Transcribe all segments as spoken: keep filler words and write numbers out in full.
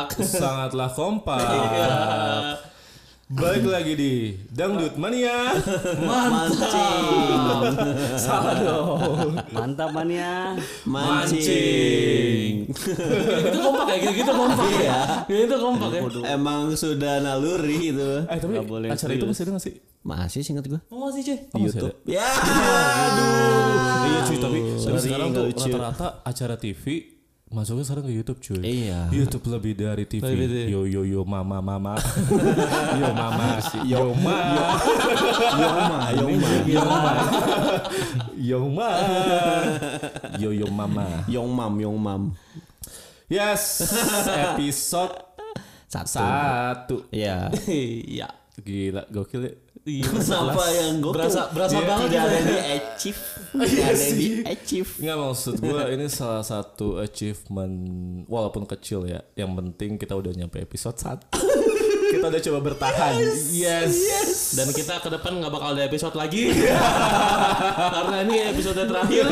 kompak. Sangatlah kompak. Balik lagi di Dangdut Mania. Mancing. Salah dong. Mantap mania. Mancing. Itu kompak ya, gitu-gitu kompak ya. Itu kompak ya. Emang sudah naluri itu. Eh tapi Nggak boleh acara itu serius. masih ada nggak sih? Masih sih ingat gue. Oh masih cuy. Di YouTube. Ya. Iya cuy, tapi Sorry, sekarang nggak tuh lucu. rata-rata acara T V masuknya sekarang ke YouTube cuy. Iya. YouTube lebih dari T V. Lebih dari- Yo yo yo mama mama. Yo mama. Yo ma. Yo ma, yo ma. Yo ma. Yo ma. Yo yo mama. Yong mam, yong mam. Yes, episode Satu. satu. Iya. Iya. Gila, gokil ya. Iya. Kenapa yang gue Berasa berasa Iya, banget tidak gitu ada ya. di achieve, tidak ada di achieve. Nggak, maksud gue ini salah satu achievement walaupun kecil ya. Yang penting kita udah nyampe episode satu. Kita udah coba bertahan. Yes. Dan kita ke depan nggak bakal ada episode lagi. Karena ini episode terakhir.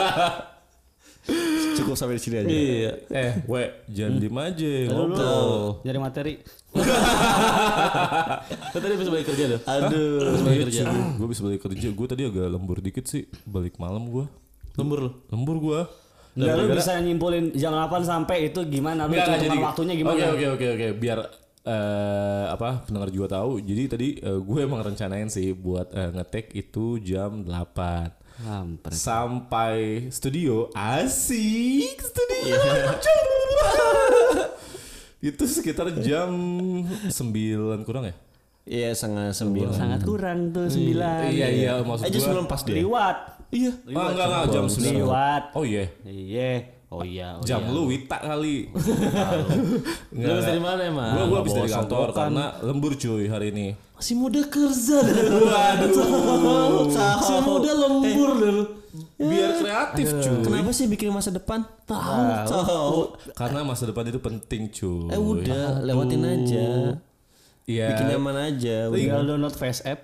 Cukup sampai di sini aja. Iya. Eh, we, jangan diem aja, Lu ngobrol. nyari materi. Kan tadi bisa balik kerja tuh. Aduh. Bisa balik kerja. Gue bisa balik kerja. Gue tadi agak lembur dikit sih. Balik malam gue. Lembur lu. Lembur gue. Enggak lu bisa nyimpulin jam delapan sampai itu gimana? Lu hitungan waktunya gimana? Oke oke oke oke. Biar eh, apa pendengar juga tahu. Jadi tadi eh, gue emang rencanain sih buat eh, ngetek itu jam delapan. Hampir. Sampai studio. Asik studio. Itu sekitar jam sembilan kurang ya? Iya, setengah sembilan. Sangat kurang tuh sembilan. Iya iya maksud Aja gue. sebelum pas dia. Liwat. Iya. Oh, enggak enggak jam sembilan. Liwat. Oh iya. Iya. Oh iya. Oh Jam iya. lu Wita kali. Lu habis dari mana emang? Gue gue habis bawa dari kantor sogokan. karena lembur cuy hari ini. Masih muda kerja dah. Waduh. Masih muda lembur dah lu. Biar kreatif cuy. Kenapa sih bikin masa depan? Tahu. Tahu. Karena masa depan itu penting cuy. Eh udah, lewatin aja. Iya. Bikin nyaman aja. Tinggal download Face App.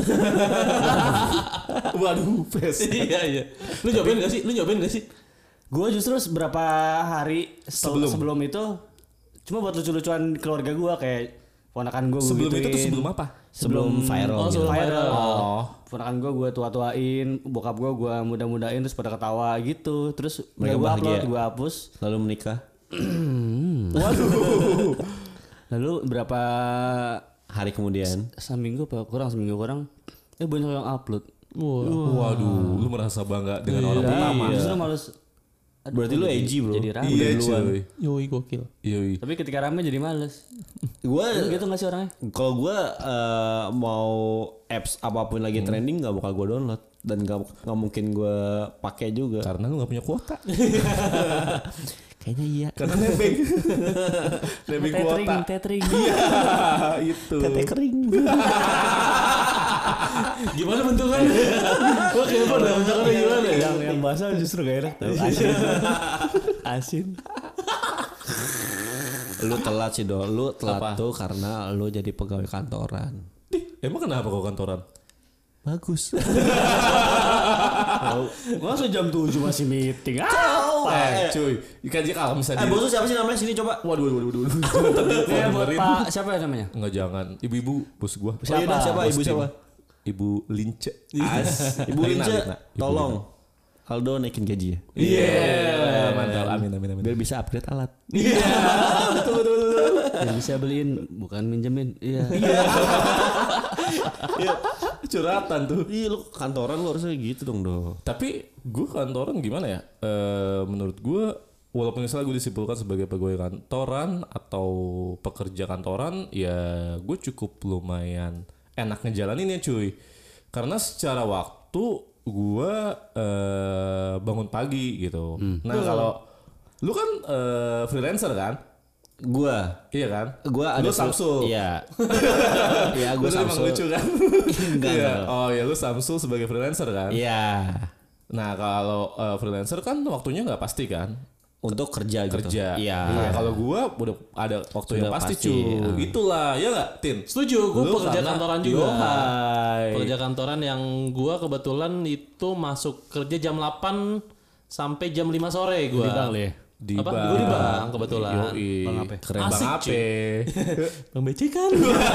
Waduh, face. Iya iya. Lu nyobain gak sih? Lu nyobain gak sih? Gue justru beberapa hari sel- Sebelum. sebelum itu cuma buat lucu-lucuan keluarga gue kayak ponakan gue Sebelum itu tuh sebelum apa? Sebelum viral. Oh, gitu. sebelum viral. Oh. Ponakan gue gue tua-tuain, bokap gue gue muda-mudain terus pada ketawa gitu. Terus Mereka gue bahagia. upload, gue hapus. Lalu menikah. Waduh. Lalu berapa Hari kemudian. seminggu apa kurang seminggu kurang eh banyak yang upload. Waduh, lu merasa bangga dengan orang pertama. Justru males. Aduh, Berarti kok lu jadi- edgy, bro. Jadi rame. Iya duluan. cuy. Yoi gokil. Iya. iya. Tapi ketika rame jadi males. Gue Lu gitu gak sih orangnya? kalau gue eh, mau apps apapun lagi trending nggak bakal gue download dan nggak nggak mungkin gue pakai juga. Karena lu gak punya kuota. Kayaknya iya. Karena nebeng. Nebeng Tethering, kuota. tethering. Iya, itu. Tete kering. Gimana bentukannya? Gua kayak pada bentukannya gimana ya? yang yang basah justru gak enak tuh. Asin. Asin. Lu telat sih do. Lu telat Apa? tuh karena lu jadi pegawai kantoran. Ih, emang kenapa kau kantoran? Bagus. Masa jam tujuh masih meeting? Ah. Eh, cuy, ikan jika kalau Eh misalnya bos lu siapa sih namanya sini coba? waduh, waduh, waduh, waduh. Ya, buat Pak siapa ya namanya? Enggak jangan, ibu-ibu bos gua. Oh, iya dah, siapa? Ibu Bos tim. siapa? Ibu Lince. As. Ibu Lina, Lince, Lina. Ibu tolong Aldo naikin gaji ya. Iya, mantap. Amin, amin, amin. Biar bisa upgrade alat. Iya, betul, betul, betul. Yang bisa beliin bukan minjemin. Iya. Iya, curhatan tuh. Iya lu kantoran lu harusnya gitu dong do. Tapi gue kantoran gimana ya? Eh, menurut gue, walaupun misalnya gue disimpulkan sebagai pegawai kantoran atau pekerja kantoran, ya gue cukup lumayan enak ngejalanin ya cuy. Karena secara waktu gue eh, bangun pagi gitu. Nah kalau lu kan eh, freelancer kan? Gua Iya kan? Gua ada lu Samsul. Iya. Iya gua Lu emang Samsul. lucu kan? Enggak, Iya. enggak. Oh ya lu Samsul sebagai freelancer kan? Iya. Nah kalau uh, freelancer kan waktunya nggak pasti kan? Untuk kerja gitu. Kerja. Iya. Nah, kalau gua udah ada waktu yang Sudah pasti, pasti, cuy. ya. Itulah ya nggak, Tin? Setuju, gue Lu pekerja karena- kantoran juga. Yohai. Pekerja kantoran yang gue kebetulan itu masuk kerja jam delapan sampai jam lima sore gue. Di bank lu ya? Di Apa? bank. Gue di bank kebetulan. Yoi. Bang Ape. Keren Asik, Bang Ape. Bang Bece kan.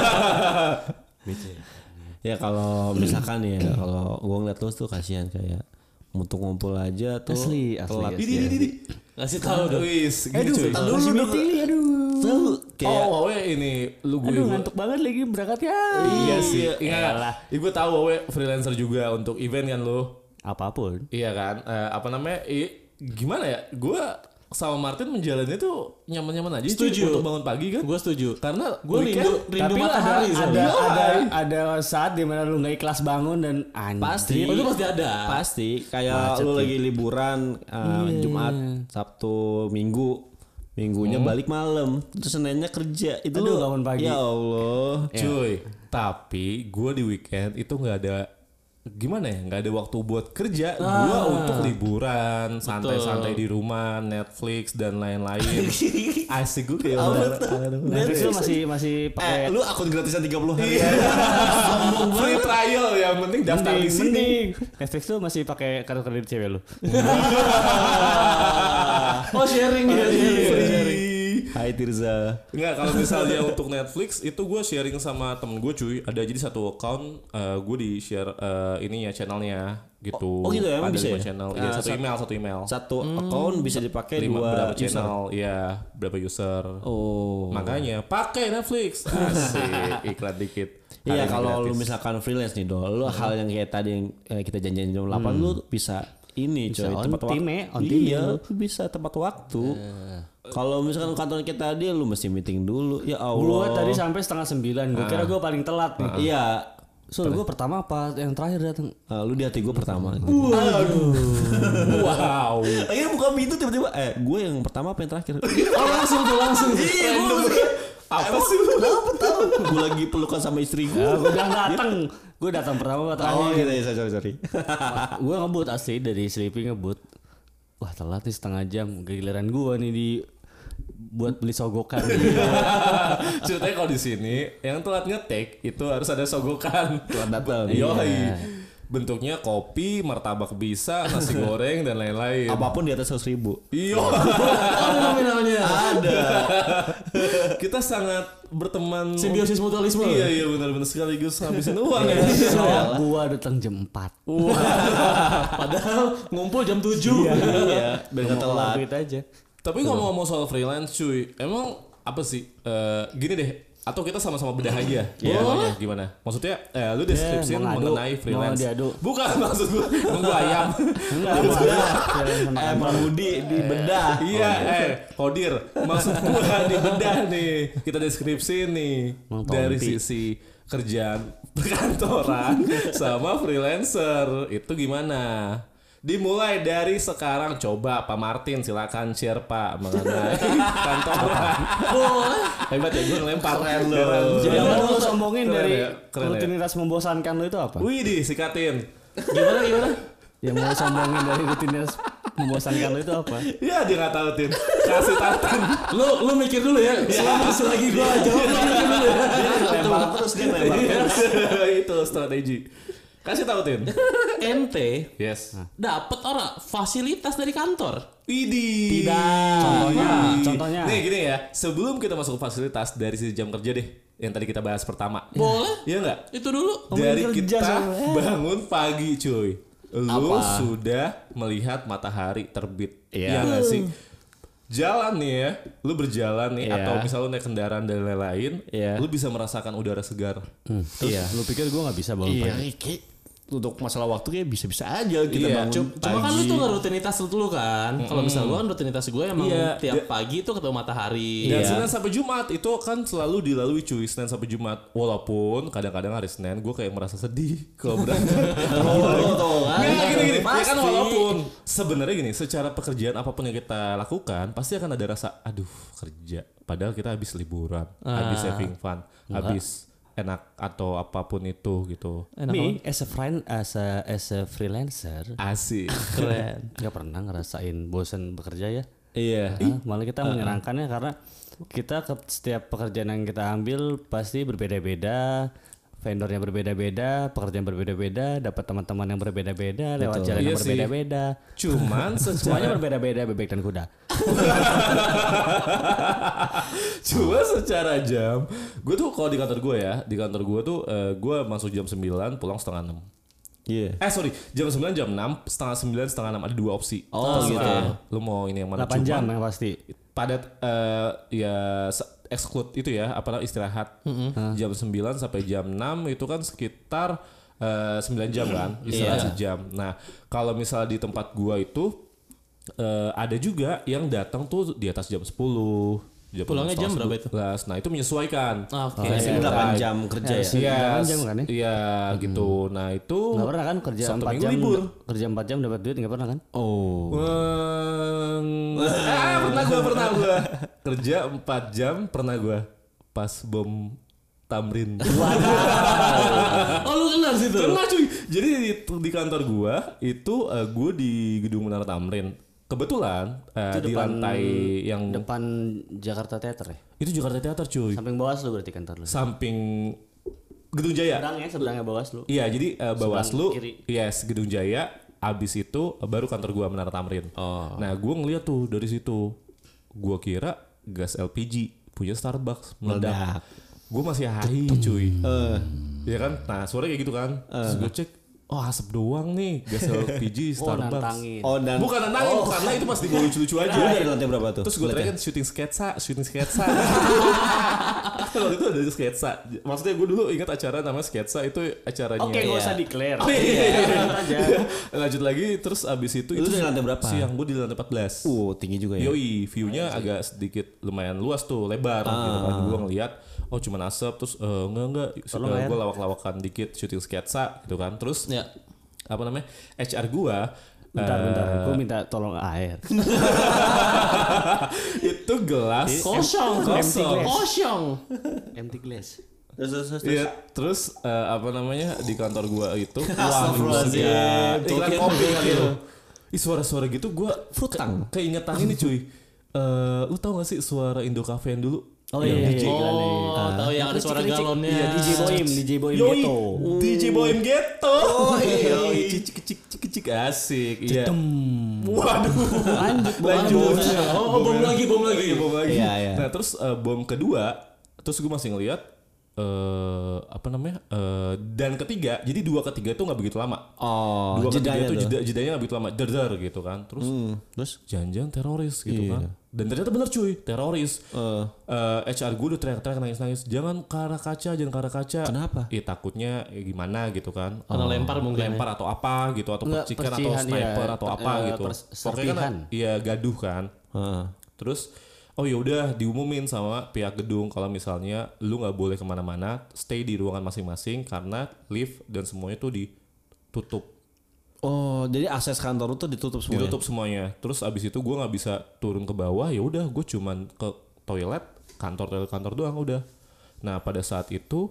Ya kalau misalkan ya kalau gue ngeliat lu tuh kasihan kayak untuk ngumpul aja tuh Asli, asli, telat. asli. Ini ini ini. Ngasih tahu dong. Wis, gini cuy. Aduh, masih meeting, aduh. Tuh kayak Oh, Wawe ini lu gue Aduh, gue- ngantuk banget lagi berangkat ya. Iya sih. Iya. Elah. Iya, gue tahu Wawe freelancer juga untuk event kan lu. Apapun. Iya kan? Eh, apa namanya? I, gimana ya? Gue sama Martin menjalani itu nyaman-nyaman aja cuy, Setuju. untuk bangun pagi kan. Gue setuju. Karena Gue weekend- rindu rindu Tapi ada matahari. ada soalnya. ada ada saat dimana lu nggak ikhlas bangun dan anjir. Pasti. Oh, itu pasti ada. Pasti kayak lu lagi liburan uh, Jumat, Sabtu, Minggu. Minggunya balik malam, terus Seninnya kerja. Itu Aduh, lu- bangun pagi. Ya Allah. Cuy, tapi gue di weekend itu nggak ada gimana ya, nggak ada waktu buat kerja. Gue untuk liburan, santai-santai di rumah, Netflix dan lain-lain. Asik gue kayak udah. Netflix lu masih masih Eh, pakai lu akun gratisan tiga puluh hari. Free trial, yang penting daftar di mending, sini. mending. Netflix lu masih pakai kartu kredit cewek lu. Oh sharing ya. Free. Hai Tirza. Enggak, kalau misalnya untuk Netflix itu gue sharing sama temen gue cuy. Ada jadi satu account gue di share eh, ininya channelnya gitu. Oh, gitu ya, emang Ada bisa lima ya? channel. Ah, Iya, satu sat- email, satu email. Satu account bisa dipakai Lima dua berapa user. channel? Iya, berapa user. Oh. Makanya pakai Netflix. Asik, iklan dikit. Iya, Hari kalau lu gratis. misalkan freelance nih Dol, lu hal yang kayak tadi yang eh, kita janjian jam delapan lu bisa ini Bisa coy, on tepat time waktu. ya, on time Iya, ya. lu bisa tepat waktu. Kalau misalkan kantor kita dia lu mesti meeting dulu. Ya Allah. Gua tadi sampai setengah sembilan. Gua kira gua paling telat nih. Iya. Soalnya gua pertama apa yang terakhir datang? Ah, lu di hati gue pertama. Wow. Akhirnya buka pintu tiba-tiba eh gue yang pertama apa yang terakhir? Oh langsung tuh langsung. Iya, apa sih lu? Kenapa tahu? Gue lagi pelukan sama istri gue. Ya, gua bilang datang. Gua datang pertama apa terakhir. Oh gitu ya, sorry sorry. Gue ngebut asli dari Sleepy ngebut. Wah telat nih setengah jam. Giliran gue nih di buat beli sogokan. Ceritanya kalau di sini yang telat ngetek itu harus ada sogokan. Telat datang. Yoi. Bentuknya kopi, martabak bisa, nasi goreng dan lain-lain. Apapun di atas seratus ribu. Iya. Ada nominalnya. Ada. Kita sangat berteman. Simbiosis mutualisme. Iya iya benar-benar sekaligus habisin uang ya. So, gua datang jam empat. Padahal ngumpul jam tujuh. Iya, biar nggak telat. Duit aja. Tapi ngomong-ngomong soal freelance cuy, emang apa sih? Eh, gini deh, atau kita sama-sama bedah aja. Iya. Boleh. Gimana? Maksudnya eh, lu deskripsiin mau ngadu. mengenai freelance. Mau diadu. Bukan maksud gue, emang gue ayam. Enggak, mau ada. Eh, Bang Budi di bedah. Iya, eh, Kodir. Maksud gua di bedah nih. Kita deskripsi nih Mang dari Tompi. sisi kerjaan perkantoran sama freelancer. Itu gimana? Dimulai dari sekarang, coba Pak Martin silakan share Pak mengenai kantoran. Boleh. Hebat ya, gue ngelempar. Keren lo. Jadi yang Keren mau lu sombongin Keren dari ya, keren ya. rutinitas membosankan lu itu apa? Wih, di sikatin. Gimana gimana? Yang mau lu sombongin dari rutinitas membosankan lu itu apa? Ya dia nggak tahu Tin. Kasih tahu Tin. Lu lu mikir dulu ya. Selama selagi gua jawab lu mikir dulu ya. Lempar terus dia lempar terus. Itu strategi. Kasih tahu Tin. Ente Yes. dapat orang fasilitas dari kantor. Widih. Tidak. Contohnya, Widih. contohnya. Nih gini ya, sebelum kita masuk ke fasilitas dari sisi jam kerja deh, yang tadi kita bahas pertama. Boleh. Iya nggak? Itu dulu. Dari kerja kita soalnya. bangun pagi cuy, lu Apa? sudah melihat matahari terbit. Iya. Iya nggak sih? Jalan nih ya, lu berjalan nih Iya. atau misal lu naik kendaraan dan lain-lain, Iya. lu bisa merasakan udara segar. Iya. Lu pikir gua nggak bisa bangun Iya, pagi? kayak untuk masalah waktu kayak bisa-bisa aja kita Iya, bangun cu- Cuma kan lu pagi. tuh nggak rutinitas lu dulu kan. Kalau misal gua kan rutinitas gue emang Iya. tiap pagi tuh ketemu matahari. Dan Iya. Senin sampai Jumat itu kan selalu dilalui cuy, Senin sampai Jumat. Walaupun kadang-kadang hari Senin gue kayak merasa sedih kalau berangkat. Oh, gitu kan. Nggak, gini gini. Ya kan Pasti. walaupun sebenarnya gini, secara pekerjaan apapun yang kita lakukan pasti akan ada rasa aduh kerja. Padahal kita habis liburan, habis saving fun, habis enak atau apapun itu gitu. Me as a friend as a as a freelancer Asik. Keren. nggak pernah ngerasain bosan bekerja ya. Iya. Hah? Malah kita menyenangkannya karena kita ke setiap pekerjaan yang kita ambil pasti berbeda-beda. vendornya berbeda-beda, pekerjaan berbeda-beda, dapat teman-teman yang berbeda-beda, lewat jalan Iya yang sih. berbeda-beda. Cuman Semuanya secara berbeda-beda, bebek dan kuda. cuma secara jam, gue tuh kalau di kantor gue ya, di kantor gue tuh eh, gue masuk jam sembilan, pulang setengah enam. Iya. Eh sorry, jam sembilan, jam enam, setengah sembilan, setengah enam, ada dua opsi. Oh, Terserah Lu mau ini yang mana? delapan jam Cuman yang pasti. padat eh, ya se- exclude itu ya, apa istirahat jam sembilan sampai jam enam itu kan sekitar eh, sembilan jam kan, istirahat sejam. Nah, kalau misalnya di tempat gua itu eh, ada juga yang datang tuh di atas jam sepuluh. Jam Pulangnya jam berapa itu? sebelas. Nah, itu menyesuaikan. Ah, oke. Nah, Ini delapan jam kerja ya. Iya, Iya, delapan jam kan ya? Iya, gitu. Nah, itu Nggak pernah kan kerja Sabtu empat Minggu jam, libur. kerja empat jam dapat duit nggak pernah kan? Oh. Weng. ah, pernah gua, pernah gua. Kerja empat jam pernah gua. Pas bom Tamrin. Oh lu kenal situ? Pernah cuy. Jadi di, di kantor gua itu uh, gua di gedung Menara Tamrin. Kebetulan uh, Itu di depan- lantai yang Depan Jakarta Theater ya? itu Jakarta Theater cuy. Samping Bawaslu berarti kantor lu. Samping Gedung Jaya. Seberangnya, seberangnya Bawaslu. Iya, jadi uh, Bawaslu, kiri. yes, Gedung Jaya. Abis itu uh, baru kantor gua Menara Tamrin. Oh. Nah, gua ngeliat tuh dari situ. Gua kira gas L P G punya Starbucks meledak. Meledak. Gue masih hahi cuy. Iya kan? Nah, suara kayak gitu kan. Terus gue cek, oh asap doang nih gas L P G Oh, Starbucks. nantangin. Oh dan Bukan nantangin, karena itu masih dibawa lucu-lucu aja. Lu dari lantai berapa tuh? Terus gue terakhir kan syuting sketsa, syuting sketsa. Waktu itu ada sketsa. Maksudnya gue dulu ingat acara namanya sketsa, itu acaranya. Oke, nggak Iya. usah declare. Iya. Lanjut aja. Lanjut lagi, terus abis itu Lu itu dari lantai berapa? siang gue di lantai empat belas. Uh, tinggi juga ya. Yoi, view-nya agak sedikit lumayan luas tuh, lebar gitu kan. Gue ngeliat, oh cuman asap, terus eh, enggak enggak, Tolong, Air. gue lawak-lawakan dikit syuting sketsa gitu kan. Terus Ya. apa namanya H R gue Bentar, eh, bentar. Gue minta tolong air. itu gelas Kosong, kosong. kosong. Empty glass. Terus terus terus. Iya, terus eh, apa namanya di kantor gua itu Astagfirullahaladzim. ya, iklan Cool, kopi cool, kali cool. itu. Ih suara-suara gitu gua Frutang. ke- keingetan ini cuy. Eh, lu tau gak sih suara Indo Cafe yang dulu? Oh iya, iya, iya. Oh, tahu yang ada suara galonnya. Iya, D J Boim, D J Boim Yoi, gitu. D J Boim Ghetto. Oh iya, cicik cicik cicik cicik asik. Iya. Waduh. Lanjut, Lanjut. Oh, bom lagi, bom lagi. Iya, bom lagi. Iya, iya. Nah, terus eh, bom kedua, terus gue masih ngeliat eh apa namanya? eh dan ketiga, jadi dua ketiga itu nggak begitu lama. Oh, Dua ketiga jedanya itu tuh. jeda, jedanya nggak begitu lama, der gitu kan. Terus Hmm, terus jangan-jangan teroris gitu Iya. kan. Dan ternyata bener cuy, teroris. Eh. Eh, H R gue udah teriak-teriak nangis-nangis, jangan ke arah kaca, jangan ke arah kaca. Kenapa? Iya takutnya ya gimana gitu kan. Karena lempar mungkin. Lempar atau apa gitu, atau Enggak, percikan atau percikan, sniper iya. atau Per- apa eh, gitu. pers- Pokoknya kan serpihan. iya gaduh kan. Heeh. Terus oh ya udah diumumin sama pihak gedung kalau misalnya lu nggak boleh kemana-mana, stay di ruangan masing-masing karena lift dan semuanya tuh ditutup, Oh, jadi akses kantor itu ditutup semua. ditutup semuanya. Terus abis itu gue nggak bisa turun ke bawah, ya udah gue cuman ke toilet, kantor toilet kantor doang udah. Nah pada saat itu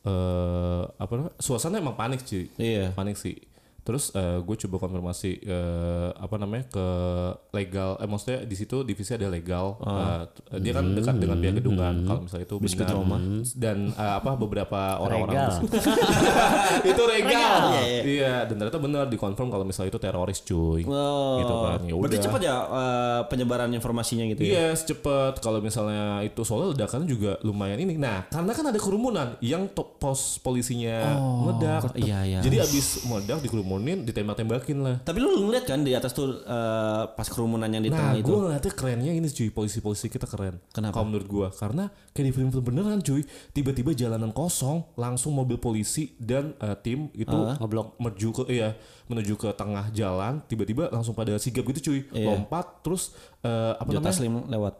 eh apa namanya, suasana emang panik sih, Iya. panik sih. Terus gue coba konfirmasi eh, apa namanya ke legal, eh maksudnya di situ divisi ada legal, eh, dia kan dekat dengan pihak gedung kan, kalau misalnya itu benar. Dan eh, apa beberapa orang-orang Regal. di situ- itu regal, iya. Dan ternyata benar dikonfirm kalau misalnya itu teroris cuy, Oh. gitu kan. Ya Berarti udah. cepat ya eh, penyebaran informasinya gitu ya. Yes, cepet. Kalau misalnya itu soalnya ledakannya juga lumayan ini. Nah, karena kan ada kerumunan yang top pos polisinya meledak. iya, iya. Jadi abis meledak dikerumunin, ditembak-tembakin lah. Tapi lu ngeliat kan di atas tuh eh, pas kerumunan yang di Nah, tengah gue itu. ngeliatnya kerennya ini cuy, polisi-polisi kita keren. Kenapa? Kalau menurut gue, karena kayak di film-film beneran cuy, tiba-tiba jalanan kosong, langsung mobil polisi dan eh, tim itu ngeblok menuju ke iya menuju ke tengah jalan, tiba-tiba langsung pada sigap gitu cuy, lompat terus eh, apa Jota namanya? Slim lewat.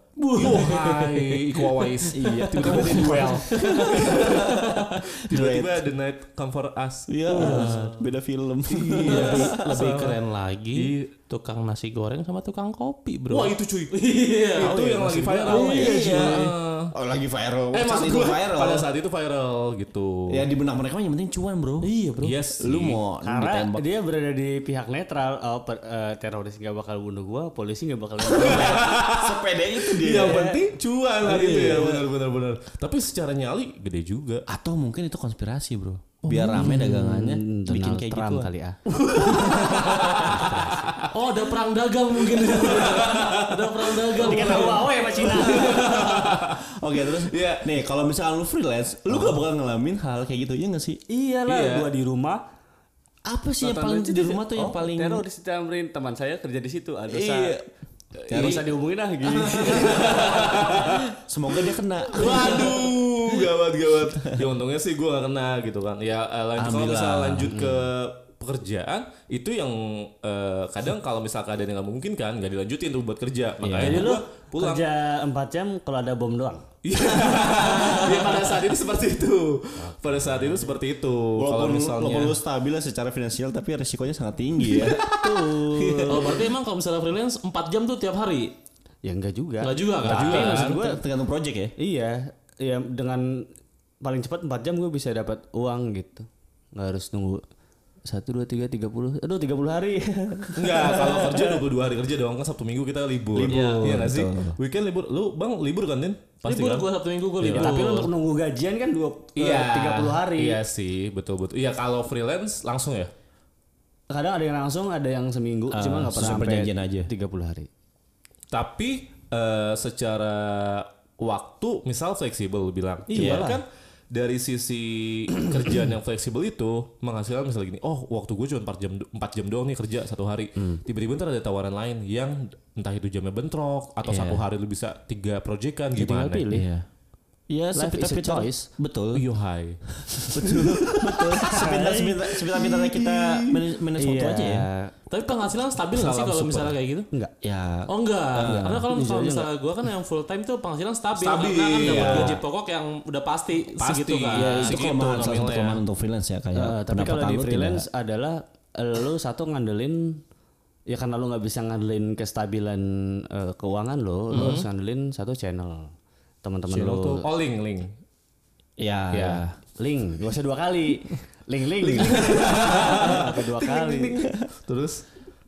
Hai, Iko Uwais. Iya, tiba-tiba dia duel. Tiba-tiba The Night Come For Us. Iya, beda film. Iya, Lebih keren lagi tukang nasi goreng sama tukang kopi, bro. Wah itu cuy. Iya, itu yang lagi viral. Iya, Iya. Oh, lagi viral. Eh Saat maksud itu gue viral. pada saat itu viral gitu. Ya di benak mereka yang penting cuan, Bro. Iya bro. Yes, Lu mau Karena ditembak. dia berada di pihak netral. Oh, per- eh, teroris nggak bakal bunuh gua, polisi nggak bakal bunuh gua. Sepede itu dia. Yang penting cuan lah itu ya, benar-benar benar. Tapi secara nyali gede juga. Atau mungkin itu konspirasi, Bro. Biar rame dagangannya, Hmm, bikin Donald kayak Trump gitu. kali ah. Oh ada perang dagang mungkin. Ada perang dagang. Dikata Huawei sama Cina. Oke, terus Iya. nih kalau misalkan lu freelance, lu gak bakal ngalamin hal kayak gitu, ya gak sih? Iyalah, Iya. gua di rumah. Apa sih yang nonton paling lucu di sih. rumah tuh yang Oh, paling teroris ditamrin, teman saya kerja di situ. Ada dosa. Iya. Nggak usah dihubungin ah gitu. semoga dia kena. Waduh, gawat gawat. Ya untungnya sih gue gak kena gitu kan. Ya eh, lanjut kalau Alhamdulillah. misalnya lanjut ke pekerjaan itu yang eh, kadang kalau misal keadaan yang nggak mungkin kan nggak dilanjutin tuh buat kerja. Makanya Jadi lu gue pulang. kerja empat jam kalau ada bom doang. Iya. Ya, pada saat itu seperti itu. Pada saat itu seperti itu. Kalau Walaupun, misalnya walaupun lu stabil lah secara finansial, tapi resikonya sangat tinggi ya. Tuh. Oh berarti emang kalau misalnya freelance empat jam tuh tiap hari? Ya enggak juga. Enggak juga kan? Tapi juga, maksud kan? gua Tergantung project ya. iya, ya dengan paling cepat empat jam gue bisa dapat uang gitu. Nggak harus nunggu satu dua tiga tiga puluh aduh tiga puluh hari. enggak kalau kerja dua puluh dua hari kerja doang kan Sabtu Minggu kita libur. Libur, Iya nggak sih? betul. Weekend libur. Lu Bang libur kan Din? Pasti Libur kan? gue Sabtu Minggu gue Ya, libur. tapi lu untuk nunggu gajian kan dua tiga puluh hari. Iya sih, betul betul. Iya kalau freelance langsung ya. Kadang ada yang langsung, ada yang seminggu, Ah, cuma nggak pernah sesuai sampai perjanjian aja. tiga puluh hari. Tapi eh, secara waktu misal fleksibel lu bilang. Iya Cuman lah. kan dari sisi kerjaan yang fleksibel itu menghasilkan misalnya gini, oh waktu gue cuma empat jam empat jam doang nih kerja satu hari. Hmm. Tiba-tiba ntar ada tawaran lain yang entah itu jamnya bentrok atau satu hari lu bisa tiga proyekan Ya, tinggal gimana. pilih. Iya. Ya, Life is a sepita-pita choice. betul. Yo hai. Betul. Betul. Sepintar sepintar sepintar kita manage, manage waktu aja ya. Tapi penghasilan stabil nggak sih Salam kalau super. misalnya kayak gitu? Enggak. Ya. Oh enggak, karena kalau Bisa kalau aja misalnya gue kan yang full time tuh penghasilan stabil, Stabil, karena kan dapat iya. gaji pokok yang udah pasti, Pasti, segitu kan. iya, Itu segitu kelemahan salah satu nominalnya. kelemahan untuk freelance ya kayak. Eh, tapi kalau pendapatan di lu freelance tidak- adalah eh, lu satu ngandelin ya karena lu nggak bisa ngandelin kestabilan eh, keuangan lo, lu harus ngandelin satu channel. Teman-teman Channel lu tuh oh link link. ya. Ya. link, gak usah dua kali. Link link. link. Kedua kali. Terus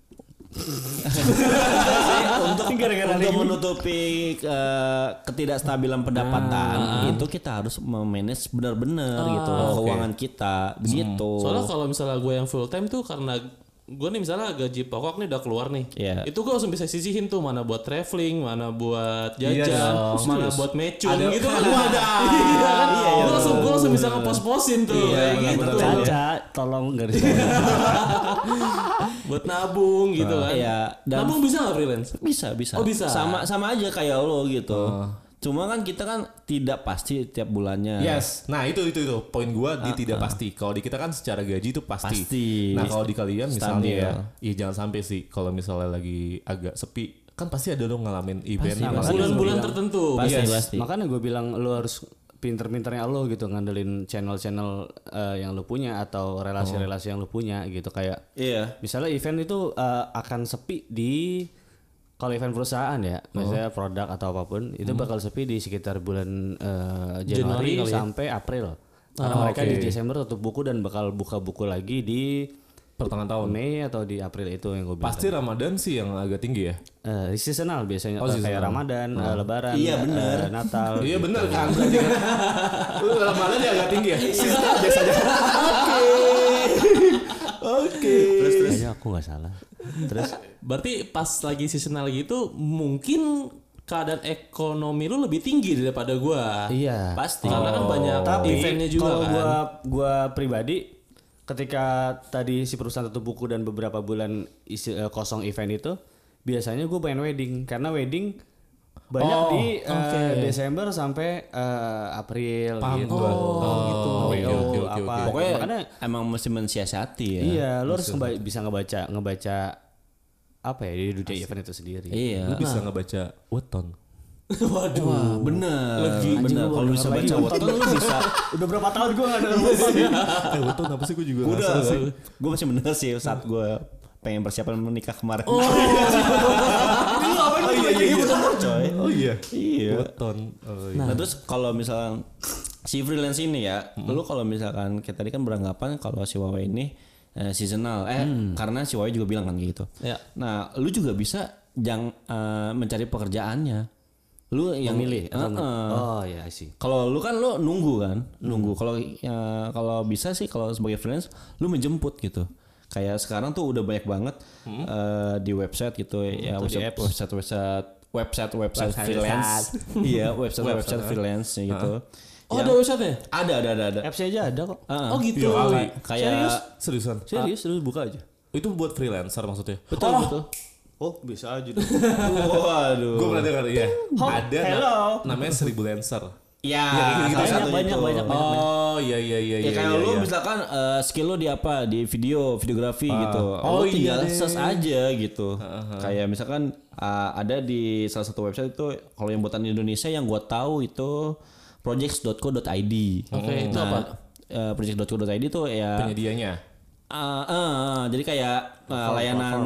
untuk Gara-gara untuk link. menutupi eh, ketidakstabilan pendapatan itu kita harus memanage benar-benar gitu keuangan kita begitu. Soalnya kalau misalnya gue yang full time tuh karena gue nih misalnya gaji pokok nih udah keluar nih, Iya. itu gue langsung bisa sisihin tuh mana buat traveling, mana buat Iya jajan, dong. mana Serius. buat mecung Ada- gitu kan. Iya kan? Iya, iya, Gue langsung gue langsung bisa ngepos-posin tuh kayak gitu. Caca, tolong garis bawah. Buat nabung gitu kan. Iya, dan- Nabung bisa nggak freelance? Bisa, bisa. Oh, bisa. Sama sama aja kayak lo gitu. Cuma kan kita kan tidak pasti tiap bulannya. yes. Nah, itu itu itu poin gua di tidak pasti. Kalau di kita kan secara gaji itu pasti. Pasti. Nah, kalau di kalian misalnya Stabil. ya, ya jangan sampai sih kalau misalnya lagi agak sepi, kan pasti ada dong ngalamin event Pasti, yang makanya Bulan-bulan gua tertentu. Pasti, Yes. pasti. Makanya gue bilang lu harus pinter-pinternya lo gitu ngandelin channel-channel eh, yang lu punya atau relasi-relasi yang lu punya gitu kayak Iya. misalnya event itu eh, akan sepi di kalau event perusahaan ya, misalnya produk atau apapun itu bakal sepi di sekitar bulan eh, Januari Januari, kali ya? sampai April. Karena Ah, mereka oke. di Desember tutup buku dan bakal buka buku lagi di pertengahan tahun. Mei atau di April itu yang gue bilang. Pasti Ramadan sih yang agak tinggi ya. Eh, seasonal biasanya Oh, eh, seasonal. kayak Ramadan, eh, Lebaran, Iya, eh, bener. Natal. Iya benar kan berarti kan. Lu Ramadan ya agak tinggi ya. Seasonal biasanya. Oke. Terus terus. Kayaknya aku nggak salah. Terus Berarti pas lagi seasonal gitu mungkin keadaan ekonomi lu lebih tinggi daripada gua. iya. Pasti. Karena kan banyak Tapi eventnya juga kalau kan. gua gua pribadi ketika tadi si perusahaan tutup buku dan beberapa bulan isi, eh, kosong event itu biasanya gue pengen wedding karena wedding banyak Oh, di eh, oke. Desember sampai eh, April Paham gitu. gua. Oh, gitu. W O Oke, oke, oke, apa. oke. Pokoknya Makanya emang mesti mensiasati ya. iya, lo harus ngeba- bisa ngebaca ngebaca apa ya di dunia event itu sendiri. Iya. Lu bisa ngebaca weton. Waduh. Wah, bener. Anjing, Bener. gua Kalau baru bisa denger baca lagi weton lu bisa. Udah berapa tahun gue gak denger weton. Eh weton apa sih gua juga Udah. nggak salah sih. Gue masih bener sih saat gue pengen persiapan menikah kemarin. Oh, Oh iya iya betul coy. Oh iya. Iya. Weton. Oh, iya. Nah, terus kalau misalkan si freelance ini ya, lu kalau misalkan kayak tadi kan beranggapan kalau si Huawei ini eh, seasonal, eh karena si Huawei juga bilang kan gitu. Ya. Nah, lu juga bisa jang eh, mencari pekerjaannya. Lu yang Milih. Heeh. Oh ya sih. Kalau lu kan lu nunggu kan, nunggu. Kalau ya, kalau bisa sih kalau sebagai freelance lu menjemput gitu. Kayak sekarang tuh udah banyak banget eh, di website gitu ya, website website website website website freelance. Iya, website website freelance gitu. Oh, Yang- ada website-nya? Ada ada ada ada. Apps aja ada kok. Heeh. Oh gitu. Iya kali. Kayak Seriusan? Serius, terus buka aja. Itu buat freelancer maksudnya. Betul oh, betul. Oh bisa aja dong. waduh. Gue pernah dengar ya. Ada na- hello. namanya seribu lancer. Ya, Banyak, satu banyak, itu. banyak, banyak. Oh iya iya iya Ya iya. kayak iya, lu iya. misalkan eh, skill lu di apa di video videografi gitu. Oh, lu iya tinggal deh. search aja gitu. Kayak misalkan ah, ada di salah satu website itu kalau yang buatan Indonesia yang gua tahu itu projects dot co dot i d. Oke, itu Nah, apa? eh, projects dot co dot i d tuh ya Penyedianya. ah, ah, jadi kayak ah, layanan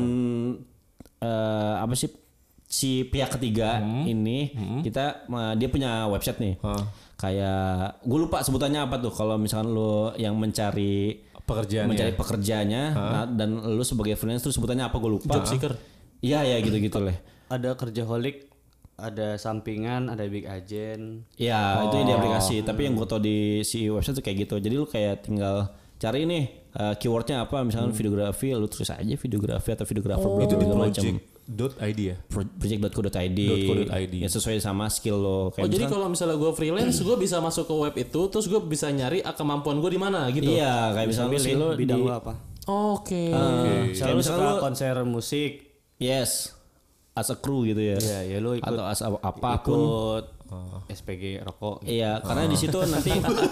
eh, apa sih si pihak ketiga ini kita ah, dia punya website nih. Kayak gue lupa sebutannya apa tuh kalau misalkan lu yang mencari Pekerjaannya. mencari pekerjaannya nah, dan lu sebagai freelance terus sebutannya apa gue lupa. Job seeker. Iya ya gitu-gitu lah. Ada kerjaholic, ada sampingan, ada big agent. Ya itu yang di aplikasi. Tapi yang gue tau di si website tuh kayak gitu. Jadi lu kayak tinggal cari nih uh, keywordnya apa. Misalkan videografi, lu tulis aja videografi atau videographer Oh, itu di segala macam. project dot i d ya. Pro- project dot co dot i d .co.id. ya sesuai sama skill lo. Kayak Oh, jadi misalkan- kalau misalnya gue freelance, gue bisa masuk ke web itu, terus gue bisa nyari ah, kemampuan gue di mana gitu. iya kayak misalnya lu skill lo bidang di lu apa? Oke. Kayak Misalnya lu misalkan suka lu- konser musik, yes as a crew gitu ya. ya ya lu ikut Atau as a- apapun. ikut S P G rokok. gitu. Iya, karena di situ nanti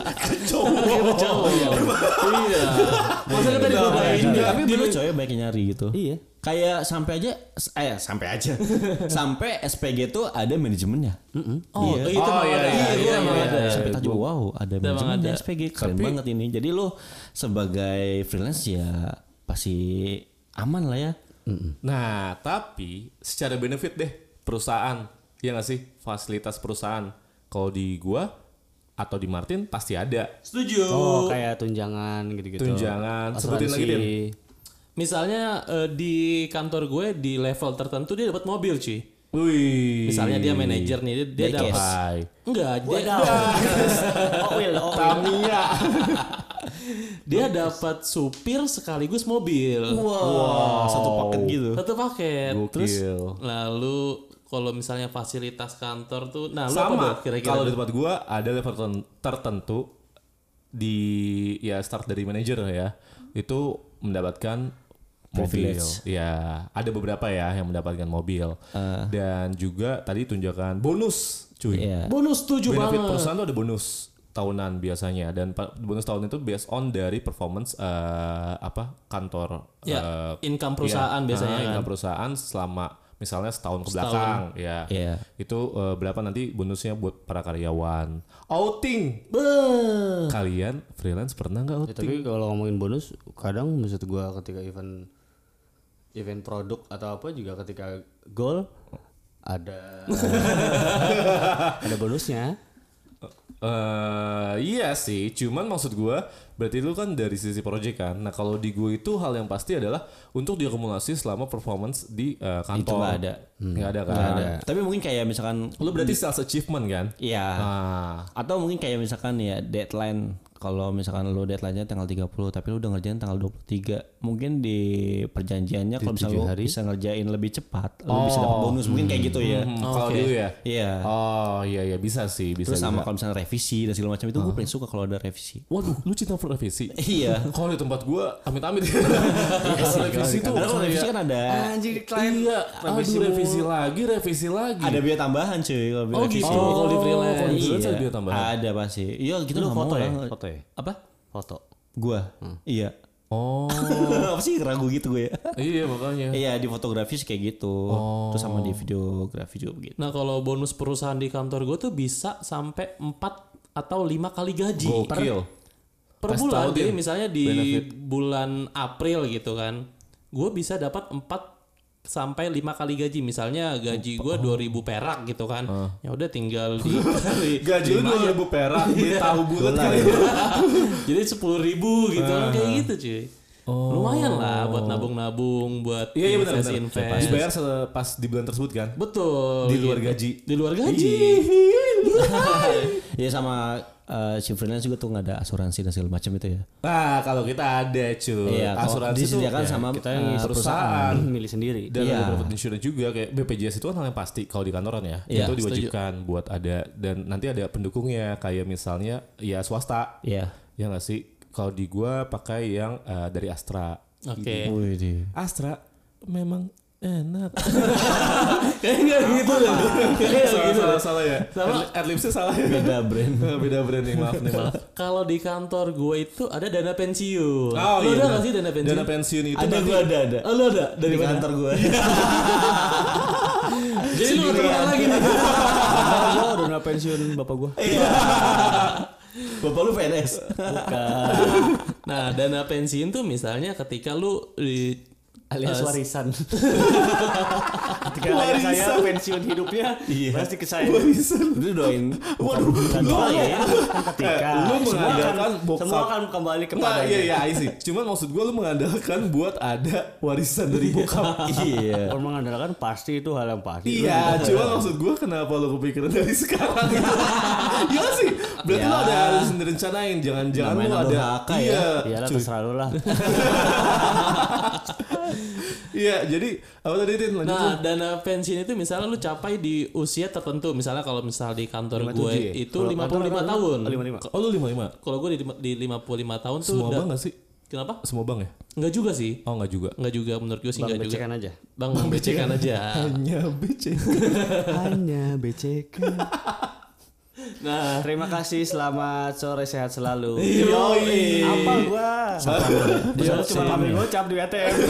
Cowok ya. Iya. Masa kita digodain ya? tapi bener coy banyak yang nyari gitu. Iya. Kayak sampai aja eh sampai aja. sampai S P G tuh ada manajemennya. Oh, itu Oh, emang iya, ada. iya, Itu iya, emang iya, ada. Sampai tahu juga wow, ada Emang manajemen ada. di S P G. Keren Tapi- banget ini. Jadi lu sebagai freelance ya pasti aman lah ya. Nah, tapi secara benefit deh perusahaan, ya nggak sih fasilitas perusahaan. Kalau di gua atau di Martin pasti ada Setuju. Oh, kayak tunjangan gitu-gitu. tunjangan. Sebutin lagi Asuransi. Din. Misalnya eh, di kantor gue di level tertentu dia dapat mobil, cuy. Wih. Misalnya dia manajer nih, dia, dia Daycare. dapat Hai. enggak, dia Oh, Will, oh, Tamiya. dia dapat supir sekaligus mobil. Wah, satu paket gitu. Satu paket. Terus Gokil. lalu kalau misalnya fasilitas kantor tuh, nah lu apa Sama. Bud, kira-kira? Kalau di tempat gua ada level terten- tertentu di ya start dari manajer ya. Itu mendapatkan mobil. Privilege. Ya, ada beberapa ya yang mendapatkan mobil. Dan juga tadi tunjangan bonus, cuy. Iya. bonus tujuh Benefit banget. perusahaan tuh ada bonus tahunan biasanya dan pa- bonus tahun itu based on dari performance eh, apa kantor Ya, eh, income perusahaan iya, biasanya ah, kan. income perusahaan selama misalnya setahun ke Setahun. belakang ya. Iya. Itu eh, berapa nanti bonusnya buat para karyawan. Outing. Beuh. Kalian freelance pernah nggak Ya, outing? tapi kalau ngomongin bonus, kadang maksud gua ketika event event produk atau apa juga ketika goal ada ada bonusnya. Eh iya sih, cuman maksud gua berarti itu kan dari sisi project kan. Nah kalau di gue itu hal yang pasti adalah untuk diakumulasi selama performance di eh, kantor. Itu nggak ada. Nggak ada kan? Nggak ada. Tapi mungkin kayak misalkan Lu berarti sales achievement kan? Iya. Ah. Atau mungkin kayak misalkan ya deadline. Kalau misalkan lu deadline-nya tanggal tiga puluh tapi lu udah ngerjain tanggal dua puluh tiga. Mungkin di perjanjiannya kalau misalnya lu bisa ngerjain lebih cepat, lu bisa dapat bonus. Mungkin kayak gitu ya. Hmm, kalau dulu ya. Iya. Oh iya iya bisa sih, bisa. Terus sama bisa. kalau misalnya revisi dan segala macam itu gue paling suka kalau ada revisi. Waduh, lu cinta revisi? Iya. Kalau di tempat gua amit-amit. Revisi tuh Karena kalau revisi kayak kan ada Anjir, iya, aduh revisi lagi, revisi lagi. ada biaya tambahan cuy kalau biaya Oh, revisi. gitu. Kalau di freelance. kalau di freelance Iya. ada biaya tambahan. Ada pasti. Iya gitu Lu nggak mau foto ya? lah. Foto ya? Apa? Foto. Gua. Iya. Oh, Apa sih ragu gitu gue ya? iya makanya. Iya di fotografi sih kayak gitu. Terus sama di videografi juga begitu. Nah kalau bonus perusahaan di kantor gue tuh bisa sampai empat atau lima kali gaji Gokil. per Kasih bulan. tahu, Jadi Din. misalnya di Benefit. bulan April gitu kan, gue bisa dapat empat sampai lima kali gaji. Misalnya gaji gue dua ribu perak gitu kan. Uh. Ya udah tinggal di gaji lu dua ribu perak di tahu bulat kali. Jadi sepuluh ribu gitu uh. kayak gitu cuy. Oh. Lumayan lah buat nabung-nabung, buat iya, iya, invest, benar, invest. Benar. Dibayar pas di bulan tersebut kan? Betul. Di luar gitu. gaji. Di luar gaji. Iya sama uh, si freelance juga tuh nggak ada asuransi dan segala macam itu ya. Nah kalau kita ada cuy. Iya, asuransi disediakan tuh, sama kita uh, perusahaan, perusahaan milih sendiri. Dan iya. ada private insurance juga kayak B P J S itu kan hal yang pasti kalau di kantoran ya. Iya, itu diwajibkan setuju. Buat ada dan nanti ada pendukungnya kayak misalnya ya swasta. Iya. Ya nggak sih? Kalau di gua pakai yang uh, dari Astra. Oke. Okay. Astra memang enak. Kayaknya nggak gitu loh. Kayaknya salah, gitu. salah, salah ya. Sama Adlibsnya salah ya. Beda brand. Beda brand nih, maaf nih, maaf. Kalau di kantor gue itu ada dana pensiun. Oh, lu iya, ada benar. nggak sih dana pensiun? Dana pensiun itu Ada nanti- gua ada ada. Oh, lu ada dari Di mana? kantor gue. Jadi lu keturunan lagi nih. Gue udah dana pensiun bapak gue. Bapak lu P N S. Bukan. Nah, dana pensiun tuh misalnya ketika lu di Alias Uh, warisan. Ketika ayah saya pensiun hidupnya pasti ke saya. Lu doain. Waduh, bukan doa ya. Kan ketika Eh, lu semua mengandalkan kan bokap. semua kan kembali Enggak, kepada iya iya I see. Cuman maksud gue lu mengandalkan buat ada warisan dari bokap. Iya. Orang mengandalkan pasti itu hal yang pasti. Iya, cuman maksud gue kenapa lu kepikiran dari sekarang gitu. Iya sih. Berarti Ya. lu ada harus direncanain, jangan-jangan lu Namanya ada durhaka ya. iya. Iyalah cuy. terserah lu lah. Iya, jadi apa tadi Tin? Lanjut Nah, lu. dana pensiun itu misalnya lu capai di usia tertentu. Misalnya kalau misal di kantor gue itu Kalau lima puluh lima kantor tahun. apa? lima puluh lima. Oh, lu lima puluh lima. Kalau gue di, di lima puluh lima tahun tuh Semua udah- bank gak sih? Kenapa? Semua bank ya? Enggak juga sih. Oh, enggak juga. Enggak juga menurut gue sih Bang enggak juga. becekan aja. Bang becekan aja. Hanya B C. Hanya becekan. Nah, Terima kasih, selamat sore, sehat selalu. Yoi. Apa gua? Dia cuma ngambil gocap di A T M.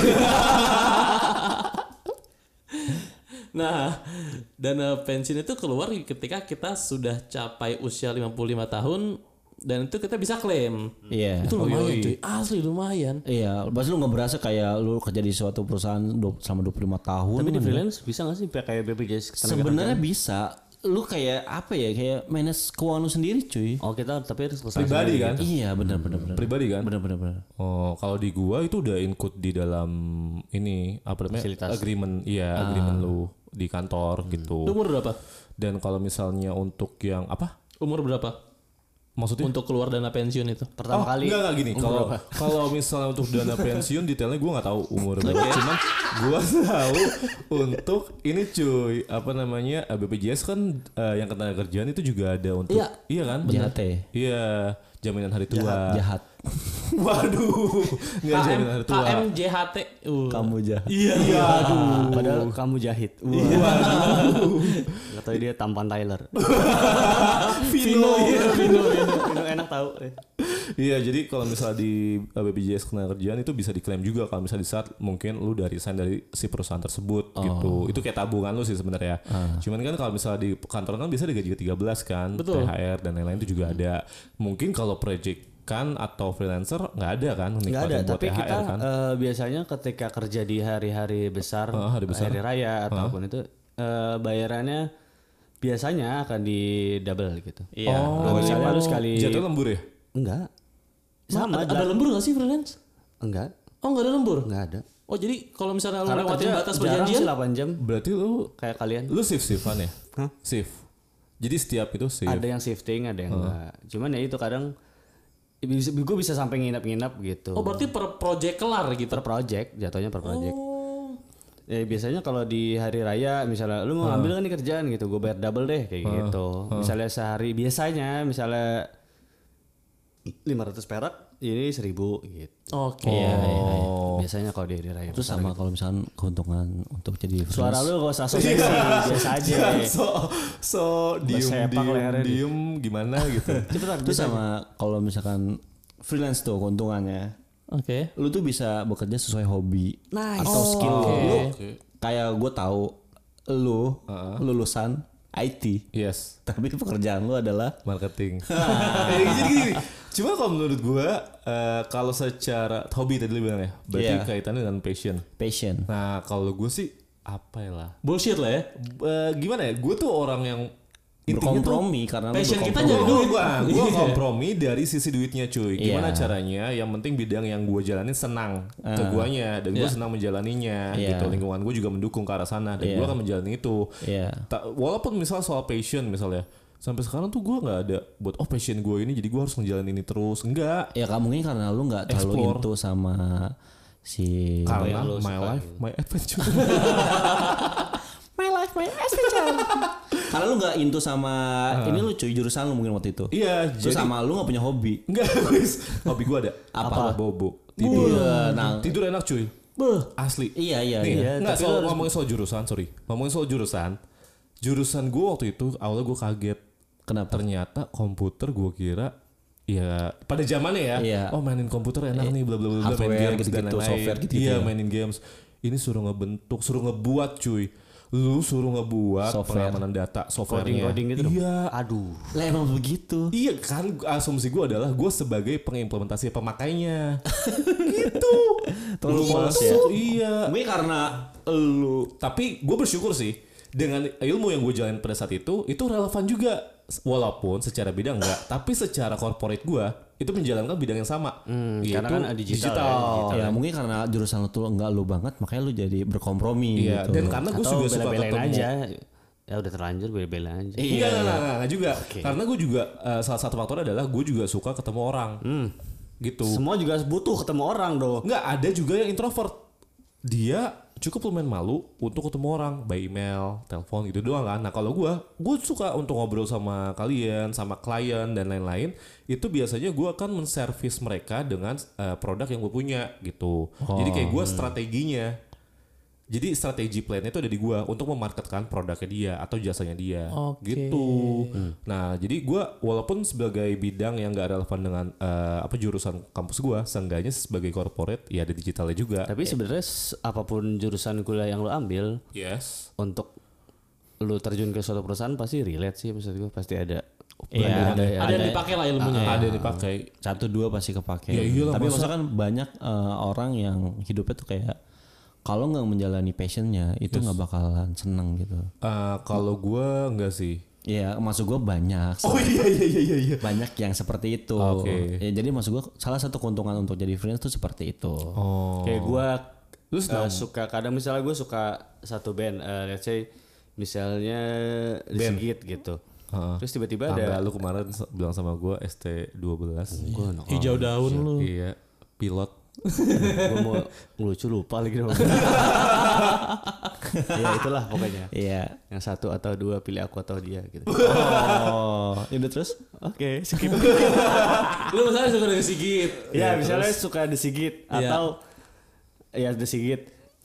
Nah, dana pensiun itu keluar ketika kita sudah capai usia lima puluh lima tahun dan itu kita bisa klaim. Iya. Itu Oh, lumayan yoi. cuy, asli lumayan. Iya, pasti lu nggak berasa kayak lu kerja di suatu perusahaan du- selama dua puluh lima tahun. Tapi di kan ya. freelance bisa gak sih kayak B P J S ketenaga Sebenarnya kerjaan? bisa. Lu kayak apa ya? Kayak manage keuangan lu sendiri, cuy. Oh kita tapi harus usaha Pribadi sendiri kan? Iya, benar benar benar. Pribadi kan? Benar benar benar. Oh, kalau di gua itu udah include di dalam ini apa namanya? Fasilitas. Agreement, iya, agreement lu di kantor gitu. Lu umur berapa? Dan kalau misalnya untuk yang apa? Umur berapa? Maksudnya? Untuk keluar dana pensiun itu. Pertama oh, kali. enggak enggak gini. Kalau kalau misalnya untuk dana pensiun detailnya gue nggak tahu umur berapa. Cuman gue tahu untuk ini cuy apa namanya B P J S kan eh, yang ketenaga kerjaan itu juga ada untuk Iya. iya kan? J H T. Iya, jaminan hari tua. Jahat. Waduh, nggak K M, jaminan hari K tua. M J H T. Uh. Kamu jahat. Iya. Aduh. Padahal kamu jahit. Wah. Gak tau dia tampan Tyler. Vino. Vino, Vino enak tahu. Iya, jadi kalau misalnya di B P J S ketenaga kerjaan itu bisa diklaim juga kalau misalnya di saat mungkin lu dari resign dari si perusahaan tersebut gitu. Itu kayak tabungan lu sih sebenarnya. Cuman kan kalau misalnya di kantor kan bisa digaji ke tiga belas kan, Betul. T H R dan lain-lain itu juga ada. Mungkin kalau project kan atau freelancer nggak ada kan Nggak ada, nikmatin buat tapi T H R kita kan. eh, biasanya ketika kerja di hari-hari besar, Ah, hari besar. hari raya ataupun itu eh, bayarannya biasanya akan di double gitu. Iya. Oh, misalnya lu sekali jatuh lembur ya? enggak sama Ada, ada lembur gak sih freelance? enggak Oh enggak ada lembur? enggak ada. Oh jadi kalau misalnya lu Karena lewatin kerja batas jarang perjanjian? sih delapan jam Berarti lu kayak kalian. lu shift shiftan ya? Hah? Shift. Jadi setiap itu shift. Ada yang shifting, ada yang enggak. Cuman ya itu kadang gue bisa sampai nginap-nginap gitu. Oh berarti per project kelar gitu? per project, jatuhnya per project. Oh. Ya biasanya kalau di hari raya misalnya lu mau ngambil kan nih kerjaan gitu, gue bayar double deh kayak gitu. Misalnya sehari biasanya misalnya lima ratus perak, ini seribu gitu. Oke. Iya, iya, iya. Biasanya kalau di hari raya. Terus sama kalau misalkan keuntungan untuk jadi Suara freelance. lu gak usah so seksi, biasa aja. so so diem Sepak diem lehernya nih. diem gimana gitu. Cepetan, Terus sama kalau misalkan freelance tuh keuntungannya, Oke. lu tuh bisa bekerja sesuai hobi Nice. atau skill oke. lu. Kayak gue tahu lu lulusan I T, Yes. tapi pekerjaan lu adalah Marketing. Eh, jadi gini, Cuma kalau menurut gue uh, kalau secara hobi tadi lu bilang ya, berarti Iya. kaitannya dengan passion. Passion. Nah kalau gue sih apa ya lah? Bullshit lah ya. Uh, gimana ya? Gue tuh orang yang intinya tuh Berkompromi karena lu passion kita berkompromi. jadi duit. Gua, gua kompromi dari sisi duitnya cuy. Gimana Iya. caranya? Yang penting bidang yang gue jalanin senang ke guanya dan gue Iya. senang menjalaninya. Iya. Gitu. Lingkungan gue juga mendukung ke arah sana dan Iya. gue akan menjalani itu. Iya. Ta- walaupun misal soal passion misalnya, sampai sekarang tuh gue nggak ada buat oh passion gue ini jadi gue harus ngejalanin ini terus. Enggak. Ya kamu mungkin karena lu nggak terlalu Explore. into sama si Karena yang lu my suka life, my adventure. My life, my adventure. Karena lu nggak into sama ini lu cuy jurusan lu mungkin waktu itu. Iya, Terus jadi sama lu nggak punya hobi. enggak guys. Hobi gue ada. Apa? Bobo. Tidur. Iya, nah. Tidur enak cuy. Asli. Iya iya Nih, iya. nggak tapi soal lu harus- ngomongin soal jurusan, sorry. Ngomongin soal jurusan. Jurusan gue waktu itu awalnya gue kaget. Kenapa? Ternyata komputer gue kira ya pada zamannya ya. Iya. Oh mainin komputer enak nih bla bla bla bla, main Hardware games dan gitu-gitu, lain-lain. software gitu-gitu Iya, ya. mainin games. Ini suruh ngebentuk, suruh ngebuat cuy. Lu suruh ngebuat Software. pengamanan data, softwarenya. Coding-coding gitu dong. Iya. Aduh. Lah emang begitu. Iya kan asumsi gue adalah gue sebagai pengimplementasi pemakainya. Gitu. Terlalu Gitu. polos ya? Iya. Mungkin karena lu Tapi gue bersyukur sih dengan ilmu yang gue jalanin pada saat itu itu relevan juga walaupun secara bidang enggak, tapi secara corporate gue itu menjalankan bidang yang sama. Hmm, yaitu karena kan digital ya, digital. ya mungkin karena jurusan lu tuh enggak lu banget makanya lu jadi berkompromi Iya, gitu. dan karena gue Atau juga suka bela-belain ketemu. aja. Ya udah terlanjur bela-belain aja. Iya, enggak, enggak, enggak, enggak juga. Karena gue juga uh, salah satu faktor adalah gue juga suka ketemu orang. Gitu. Semua juga butuh ketemu orang dong. Enggak, ada juga yang introvert. Dia cukup lumayan malu untuk ketemu orang by email, telepon gitu doang kan. Nah kalau gue, gue suka untuk ngobrol sama kalian, sama klien dan lain-lain. Itu biasanya gue akan menservis mereka dengan uh, produk yang gue punya gitu. Jadi kayak gue strateginya. Jadi strategi plan itu ada di gua untuk memarketkan produknya dia atau jasanya dia, Oke. gitu. Nah, jadi gua walaupun sebagai bidang yang gak relevan dengan eh, apa jurusan kampus gua, seenggaknya sebagai corporate ya ada digitalnya juga. Tapi sebenarnya s- apapun jurusan kuliah yang lu ambil Yes. untuk lu terjun ke suatu perusahaan pasti relate sih maksud gue pasti ada. Iya, ada, Ada yang dipakai lah ilmunya ya. Ada yang dipakai. satu dua pasti kepake. Ya iyalah, Tapi masa- maksudnya kan banyak eh, orang yang hidupnya tuh kayak kalau nggak menjalani passionnya itu nggak bakalan seneng gitu. Eh, kalau gua enggak sih. Iya, maksud gue banyak. Oh iya iya iya iya. iya. Banyak yang seperti itu. Oke. Ya, jadi maksud gue salah satu keuntungan untuk jadi freelance tuh seperti itu. Oh. Kayak gue Terus uh, suka kadang misalnya gue suka satu band, uh, let's say misalnya The Sigit gitu. Heeh. Terus tiba-tiba Tangga ada lu kemarin s- bilang sama gua S T dua belas. Hijau daun lu. Iya, pilot. gue mau ngelucu lupa lagi dong. Ya itulah pokoknya. Iya. Yang satu atau dua pilih aku atau dia gitu. Oh, itu terus? Oke, skip. Lu misalnya suka dengan Sigit. Ya, misalnya suka The Sigit Iya. atau ya The Sigit.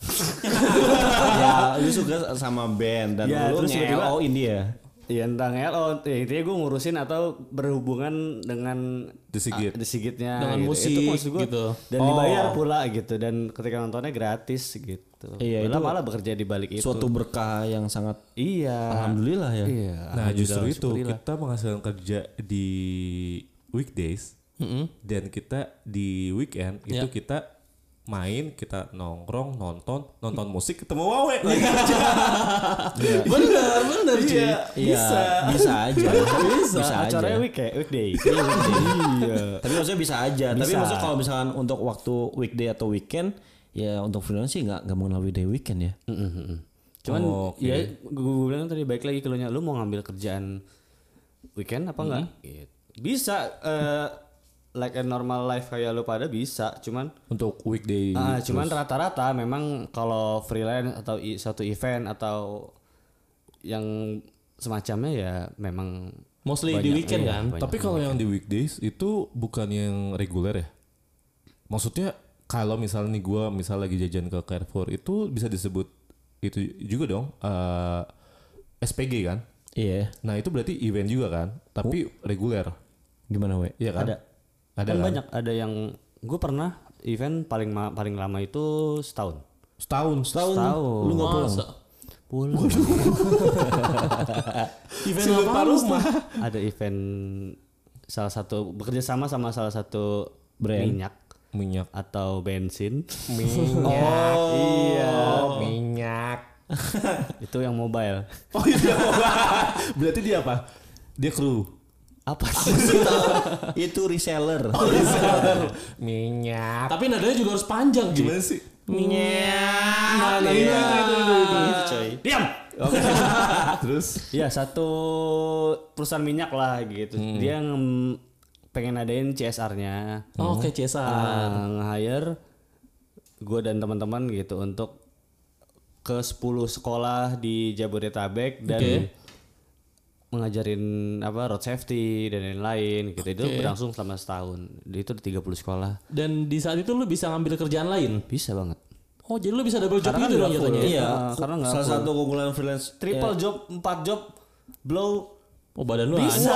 Ya, lu suka sama band dan Ya, lu terus tiba-tiba- nge-L O in dia. Ya entah L O, ya intinya gue ngurusin atau berhubungan dengan The Sigit. ah, The Sigitnya Dengan gitu. musik Itu maksud gua. gitu. Dan dibayar pula gitu dan ketika nontonnya gratis gitu. Iya, Malah itu malah bekerja di balik itu. Suatu berkah yang sangat Iya. alhamdulillah ya. Iya. Nah justru alhamdulillah, itu syukurillah. kita menghasilkan kerja di weekdays dan kita di weekend itu Ya. kita main, kita nongkrong, nonton, nonton musik, ketemu wawe lagi kerja. Bener, bener Ci. Iya, Iya, bisa. bisa aja. bisa, aja. Acaranya weekend, weekday. Iya, weekday. Iya. Tapi maksudnya bisa aja. Tapi Bisa. maksudnya kalau misalkan untuk waktu weekday atau weekend, ya untuk freelance sih nggak nggak mengenal weekday weekend ya. Cuman Oh, oke. ya gue bilang tadi baik lagi kalau lu mau ngambil kerjaan weekend apa enggak? Gitu. Bisa eh, like a normal life kayak lu pada bisa, cuman Untuk weekday. ah, cuman rata-rata memang kalau freelance atau i- satu event atau yang semacamnya ya memang Mostly di weekend iya, kan. banyak. Tapi kalau yang di weekdays itu bukan yang reguler ya? Maksudnya kalau misalnya nih gue misal lagi jajan ke Carrefour itu bisa disebut itu juga dong eh, S P G kan? Iya. Nah itu berarti event juga kan? Tapi reguler. Gimana we? Iya kan? Ada. Ada Kan kan? banyak, ada yang gue pernah event paling ma- paling lama itu setahun. Setahun. Setahun. Setahun. Lu nggak pulang? Masa? Pulang. Event apa rumah? Ada event salah satu bekerja sama sama salah satu Brand. minyak Minyak. atau bensin. Minyak. Iya. Minyak. Itu yang mobile. Oh iya. Berarti dia apa? Dia kru. Apa sih? Itu reseller. Minyak. Tapi nadanya juga harus panjang gitu. Gimana sih? Minyak. Nah, nah, itu, itu, itu, itu, itu, coy. Diam. Terus Ya satu perusahaan minyak lah gitu. Dia nge- pengen adain C S R-nya. Oh, oke, Cesa. Uh, nge-hire gue dan teman-teman gitu untuk ke sepuluh sekolah di Jabodetabek dan Oke. mengajarin apa road safety dan lain-lain gitu. Itu Oke. berlangsung selama setahun. Itu di tiga puluh sekolah. Dan di saat itu lu bisa ngambil kerjaan lain. Bisa banget. Oh, jadi lu bisa double job Karena gitu kan dong nggak full. jatuhnya. Iya, Ah, karena nggak salah full. satu keunggulan freelance Triple job, empat job, blow. Oh, badan lu Bisa.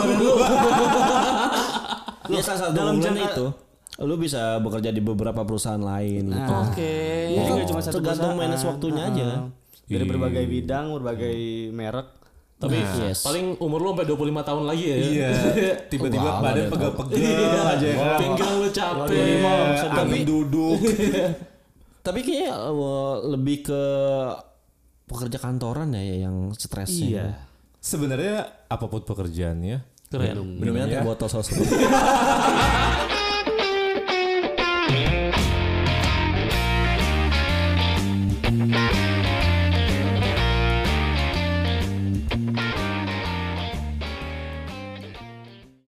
Ya salah satu dalam keunggulan jangka- itu. Lu bisa bekerja di beberapa perusahaan lain gitu. Nah, Oke. Jadi Oh, nggak cuma satu tergantung perusahaan. manage waktunya Ah, aja. Dari Iya. berbagai bidang, berbagai merek. Tapi Yes. paling umur lu sampai dua puluh lima tahun lagi ya. iya. Tiba-tiba Wah, badan ada pegel-pegel aja kan. Pinggang lu capek. Iya, angin duduk. Tapi kayaknya uh, lebih ke pekerja kantoran ya yang stresnya. Iya. Sebenarnya apapun pekerjaannya, Keren. Benar-benar kayak botol sos.